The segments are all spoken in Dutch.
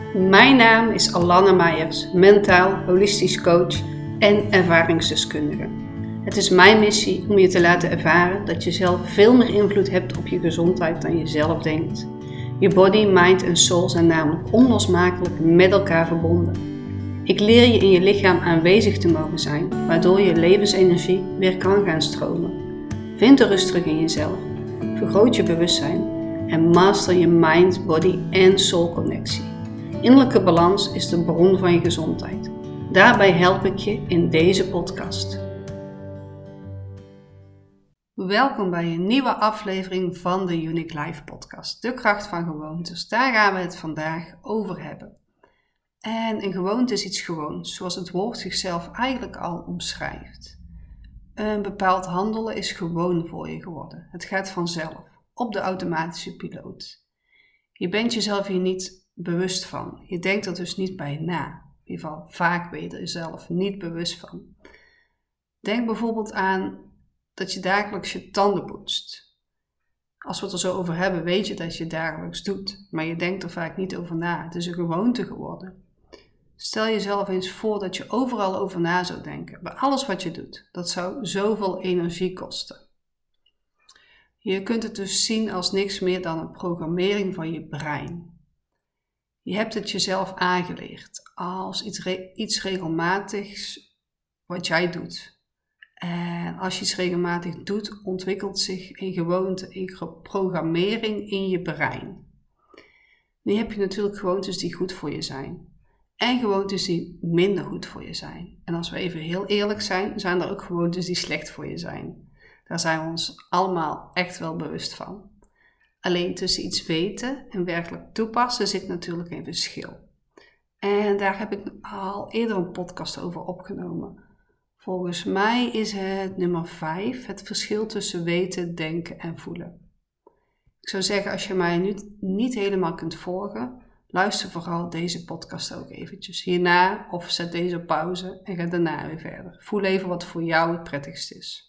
Mijn naam is Alanne Meijers, mentaal, holistisch coach en ervaringsdeskundige. Het is mijn missie om je te laten ervaren dat je zelf veel meer invloed hebt op je gezondheid dan je zelf denkt. Je body, mind en soul zijn namelijk onlosmakelijk met elkaar verbonden. Ik leer je in je lichaam aanwezig te mogen zijn, waardoor je levensenergie weer kan gaan stromen. Vind de rust terug in jezelf, vergroot je bewustzijn en master je mind, body en soul connectie. Innerlijke balans is de bron van je gezondheid. Daarbij help ik je in deze podcast. Welkom bij een nieuwe aflevering van de Unique Life podcast, de kracht van gewoontes. Daar gaan we het vandaag over hebben. En een gewoonte is iets gewoons, zoals het woord zichzelf eigenlijk al omschrijft. Een bepaald handelen is gewoon voor je geworden. Het gaat vanzelf, op de automatische piloot. Je bent jezelf hier niet bewust van. Je denkt er dus niet bij na. In ieder geval, vaak ben je er jezelf niet bewust van. Denk bijvoorbeeld aan dat je dagelijks je tanden poetst. Als we het er zo over hebben, weet je dat je het dagelijks doet. Maar je denkt er vaak niet over na. Het is een gewoonte geworden. Stel jezelf eens voor dat je overal over na zou denken. Bij alles wat je doet. Dat zou zoveel energie kosten. Je kunt het dus zien als niks meer dan een programmering van je brein. Je hebt het jezelf aangeleerd als iets regelmatigs wat jij doet. En als je iets regelmatig doet, ontwikkelt zich een gewoonte, een programmering in je brein. Nu heb je natuurlijk gewoontes die goed voor je zijn. En gewoontes die minder goed voor je zijn. En als we even heel eerlijk zijn, zijn er ook gewoontes die slecht voor je zijn. Daar zijn we ons allemaal echt wel bewust van. Alleen tussen iets weten en werkelijk toepassen zit natuurlijk een verschil. En daar heb ik al eerder een podcast over opgenomen. Volgens mij is het nummer 5, het verschil tussen weten, denken en voelen. Ik zou zeggen, als je mij nu niet helemaal kunt volgen, luister vooral deze podcast ook eventjes hierna of zet deze op pauze en ga daarna weer verder. Voel even wat voor jou het prettigst is.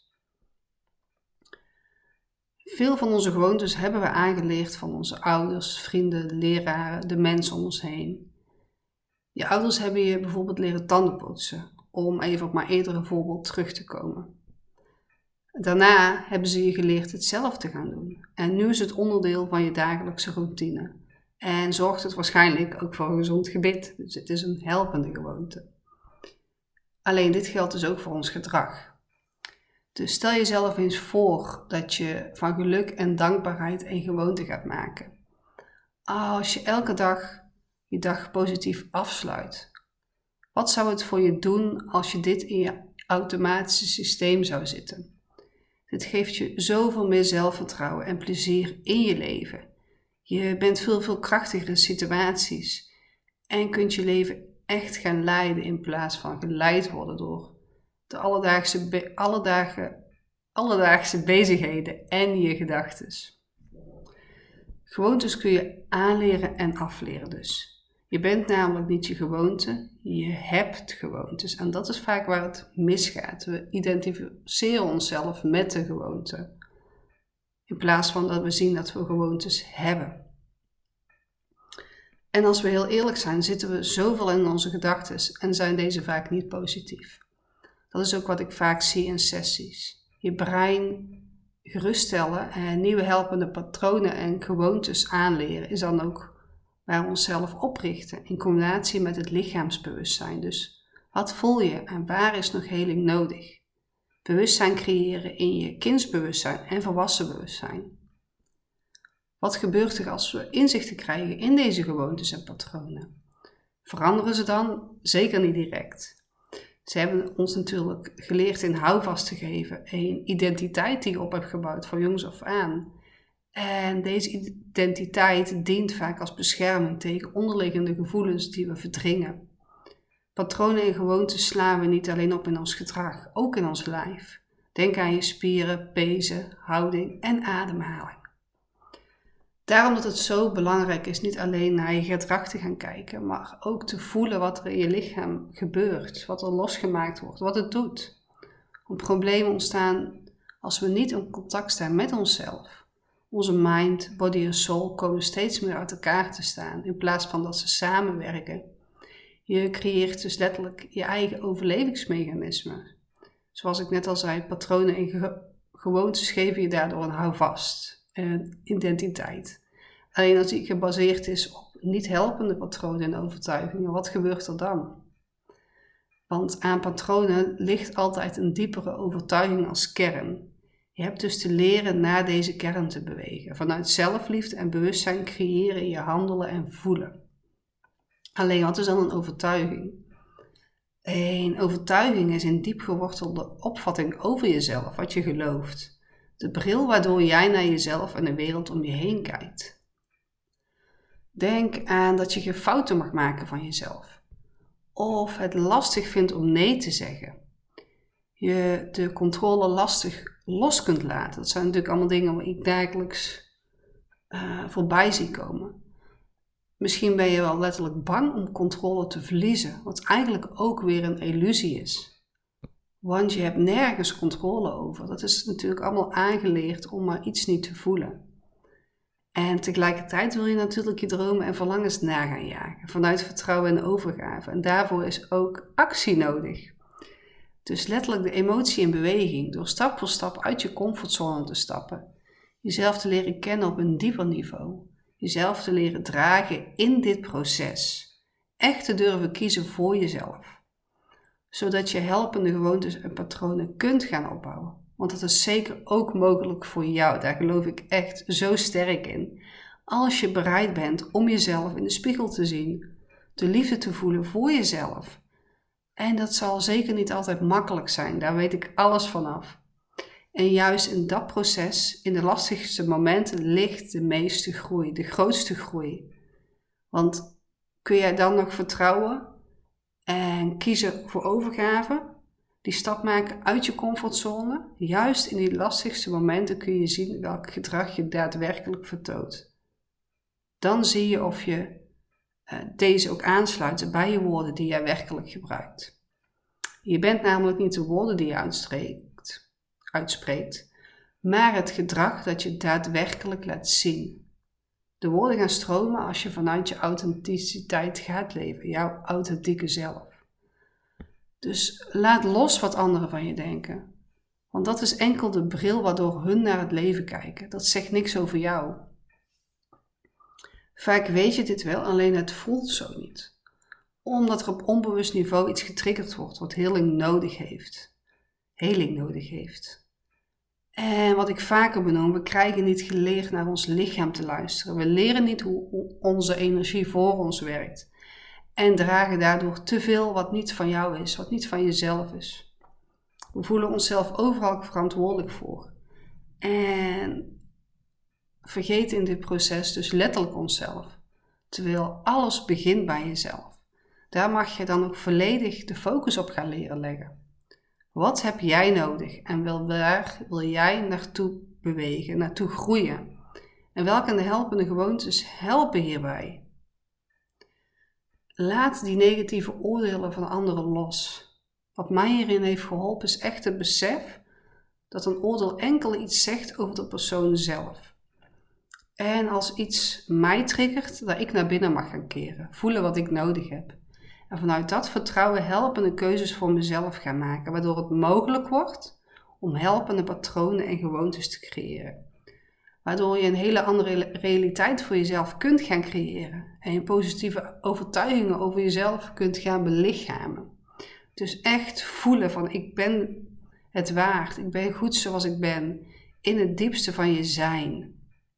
Veel van onze gewoontes hebben we aangeleerd van onze ouders, vrienden, leraren, de mensen om ons heen. Je ouders hebben je bijvoorbeeld leren tanden poetsen, om even op mijn eerdere voorbeeld terug te komen. Daarna hebben ze je geleerd het zelf te gaan doen. En nu is het onderdeel van je dagelijkse routine. En zorgt het waarschijnlijk ook voor een gezond gebit. Dus het is een helpende gewoonte. Alleen dit geldt dus ook voor ons gedrag. Dus stel jezelf eens voor dat je van geluk en dankbaarheid een gewoonte gaat maken. Als je elke dag je dag positief afsluit. Wat zou het voor je doen als je dit in je automatische systeem zou zitten? Dit geeft je zoveel meer zelfvertrouwen en plezier in je leven. Je bent veel krachtiger in situaties en kunt je leven echt gaan leiden in plaats van geleid worden door de alledaagse bezigheden en je gedachtes. Gewoontes kun je aanleren en afleren dus. Je bent namelijk niet je gewoonte, je hebt gewoontes. En dat is vaak waar het misgaat. We identificeren onszelf met de gewoonte. In plaats van dat we zien dat we gewoontes hebben. En als we heel eerlijk zijn, zitten we zoveel in onze gedachtes en zijn deze vaak niet positief. Dat is ook wat ik vaak zie in sessies. Je brein geruststellen en nieuwe helpende patronen en gewoontes aanleren is dan ook waar we onszelf oprichten in combinatie met het lichaamsbewustzijn. Dus wat voel je en waar is nog heling nodig? Bewustzijn creëren in je kindsbewustzijn en volwassen bewustzijn. Wat gebeurt er als we inzichten krijgen in deze gewoontes en patronen? Veranderen ze dan? Zeker niet direct. Ze hebben ons natuurlijk geleerd in houvast te geven, een identiteit die je op hebt gebouwd van jongs af aan. En deze identiteit dient vaak als bescherming tegen onderliggende gevoelens die we verdringen. Patronen en gewoontes slaan we niet alleen op in ons gedrag, ook in ons lijf. Denk aan je spieren, pezen, houding en ademhaling. Daarom dat het zo belangrijk is niet alleen naar je gedrag te gaan kijken, maar ook te voelen wat er in je lichaam gebeurt, wat er losgemaakt wordt, wat het doet. Want problemen ontstaan als we niet in contact staan met onszelf. Onze mind, body en soul komen steeds meer uit elkaar te staan in plaats van dat ze samenwerken. Je creëert dus letterlijk je eigen overlevingsmechanisme. Zoals ik net al zei, patronen en gewoontes geven je daardoor een houvast en een identiteit. Alleen als die gebaseerd is op niet helpende patronen en overtuigingen, wat gebeurt er dan? Want aan patronen ligt altijd een diepere overtuiging als kern. Je hebt dus te leren naar deze kern te bewegen. Vanuit zelfliefde en bewustzijn creëren je handelen en voelen. Alleen wat is dan een overtuiging? Een overtuiging is een diep gewortelde opvatting over jezelf, wat je gelooft. De bril waardoor jij naar jezelf en de wereld om je heen kijkt. Denk aan dat je geen fouten mag maken van jezelf. Of het lastig vindt om nee te zeggen. Je de controle lastig los kunt laten. Dat zijn natuurlijk allemaal dingen waar ik dagelijks voorbij zie komen. Misschien ben je wel letterlijk bang om controle te verliezen, wat eigenlijk ook weer een illusie is. Want je hebt nergens controle over. Dat is natuurlijk allemaal aangeleerd om maar iets niet te voelen. En tegelijkertijd wil je natuurlijk je dromen en verlangens na gaan jagen, vanuit vertrouwen en overgave. En daarvoor is ook actie nodig. Dus letterlijk de emotie in beweging, door stap voor stap uit je comfortzone te stappen. Jezelf te leren kennen op een dieper niveau. Jezelf te leren dragen in dit proces. Echt te durven kiezen voor jezelf. Zodat je helpende gewoontes en patronen kunt gaan opbouwen. Want dat is zeker ook mogelijk voor jou. Daar geloof ik echt zo sterk in. Als je bereid bent om jezelf in de spiegel te zien. De liefde te voelen voor jezelf. En dat zal zeker niet altijd makkelijk zijn. Daar weet ik alles vanaf. En juist in dat proces, in de lastigste momenten, ligt de meeste groei, de grootste groei. Want kun jij dan nog vertrouwen en kiezen voor overgave? Die stap maken uit je comfortzone? Juist in die lastigste momenten kun je zien welk gedrag je daadwerkelijk vertoont. Dan zie je of je deze ook aansluiten bij je woorden die jij werkelijk gebruikt. Je bent namelijk niet de woorden die je uitspreekt, maar het gedrag dat je daadwerkelijk laat zien. De woorden gaan stromen als je vanuit je authenticiteit gaat leven, jouw authentieke zelf. Dus laat los wat anderen van je denken, want dat is enkel de bril waardoor hun naar het leven kijken. Dat zegt niks over jou. Vaak weet je dit wel, alleen het voelt zo niet. Omdat er op onbewust niveau iets getriggerd wordt wat heling nodig heeft. En wat ik vaker benoem, we krijgen niet geleerd naar ons lichaam te luisteren. We leren niet hoe onze energie voor ons werkt. En dragen daardoor te veel wat niet van jou is, wat niet van jezelf is. We voelen onszelf overal verantwoordelijk voor. En vergeten in dit proces dus letterlijk onszelf. Terwijl alles begint bij jezelf. Daar mag je dan ook volledig de focus op gaan leren leggen. Wat heb jij nodig en waar wil jij naartoe bewegen, naartoe groeien? En welke helpende gewoontes helpen hierbij? Laat die negatieve oordelen van anderen los. Wat mij hierin heeft geholpen is echt het besef dat een oordeel enkel iets zegt over de persoon zelf. En als iets mij triggert, dat ik naar binnen mag gaan keren, voelen wat ik nodig heb. En vanuit dat vertrouwen helpende keuzes voor mezelf gaan maken, waardoor het mogelijk wordt om helpende patronen en gewoontes te creëren. Waardoor je een hele andere realiteit voor jezelf kunt gaan creëren en je positieve overtuigingen over jezelf kunt gaan belichamen. Dus echt voelen van ik ben het waard, ik ben goed zoals ik ben, in het diepste van je zijn.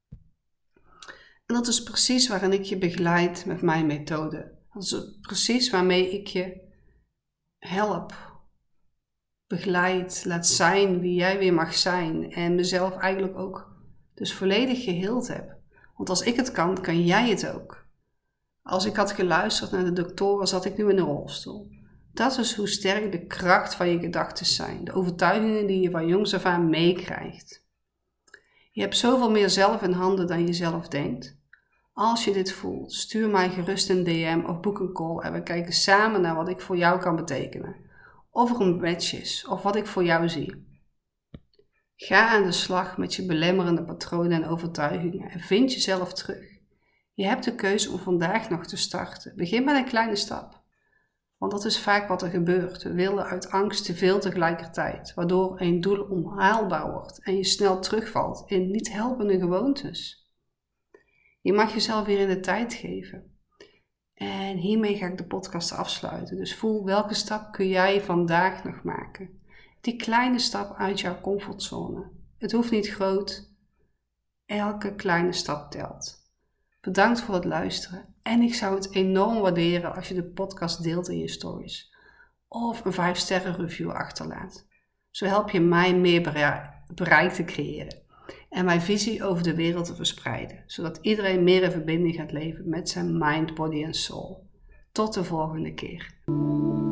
En dat is precies waarin ik je begeleid met mijn methode. Dat is precies waarmee ik je help, begeleid, laat zijn wie jij weer mag zijn. En mezelf eigenlijk ook dus volledig geheeld heb. Want als ik het kan, kan jij het ook. Als ik had geluisterd naar de doktoren, zat ik nu in een rolstoel. Dat is hoe sterk de kracht van je gedachten zijn. De overtuigingen die je van jongs af aan meekrijgt. Je hebt zoveel meer zelf in handen dan je zelf denkt. Als je dit voelt, stuur mij gerust een DM of boek een call en we kijken samen naar wat ik voor jou kan betekenen. Of er een match is, of wat ik voor jou zie. Ga aan de slag met je belemmerende patronen en overtuigingen en vind jezelf terug. Je hebt de keuze om vandaag nog te starten. Begin met een kleine stap. Want dat is vaak wat er gebeurt. We willen uit angst te veel tegelijkertijd, waardoor een doel onhaalbaar wordt en je snel terugvalt in niet helpende gewoontes. Je mag jezelf weer in de tijd geven. En hiermee ga ik de podcast afsluiten. Dus voel welke stap kun jij vandaag nog maken. Die kleine stap uit jouw comfortzone. Het hoeft niet groot. Elke kleine stap telt. Bedankt voor het luisteren. En ik zou het enorm waarderen als je de podcast deelt in je stories. Of een 5-sterren review achterlaat. Zo help je mij meer bereik te creëren. En mijn visie over de wereld te verspreiden. Zodat iedereen meer in verbinding gaat leven met zijn mind, body en soul. Tot de volgende keer.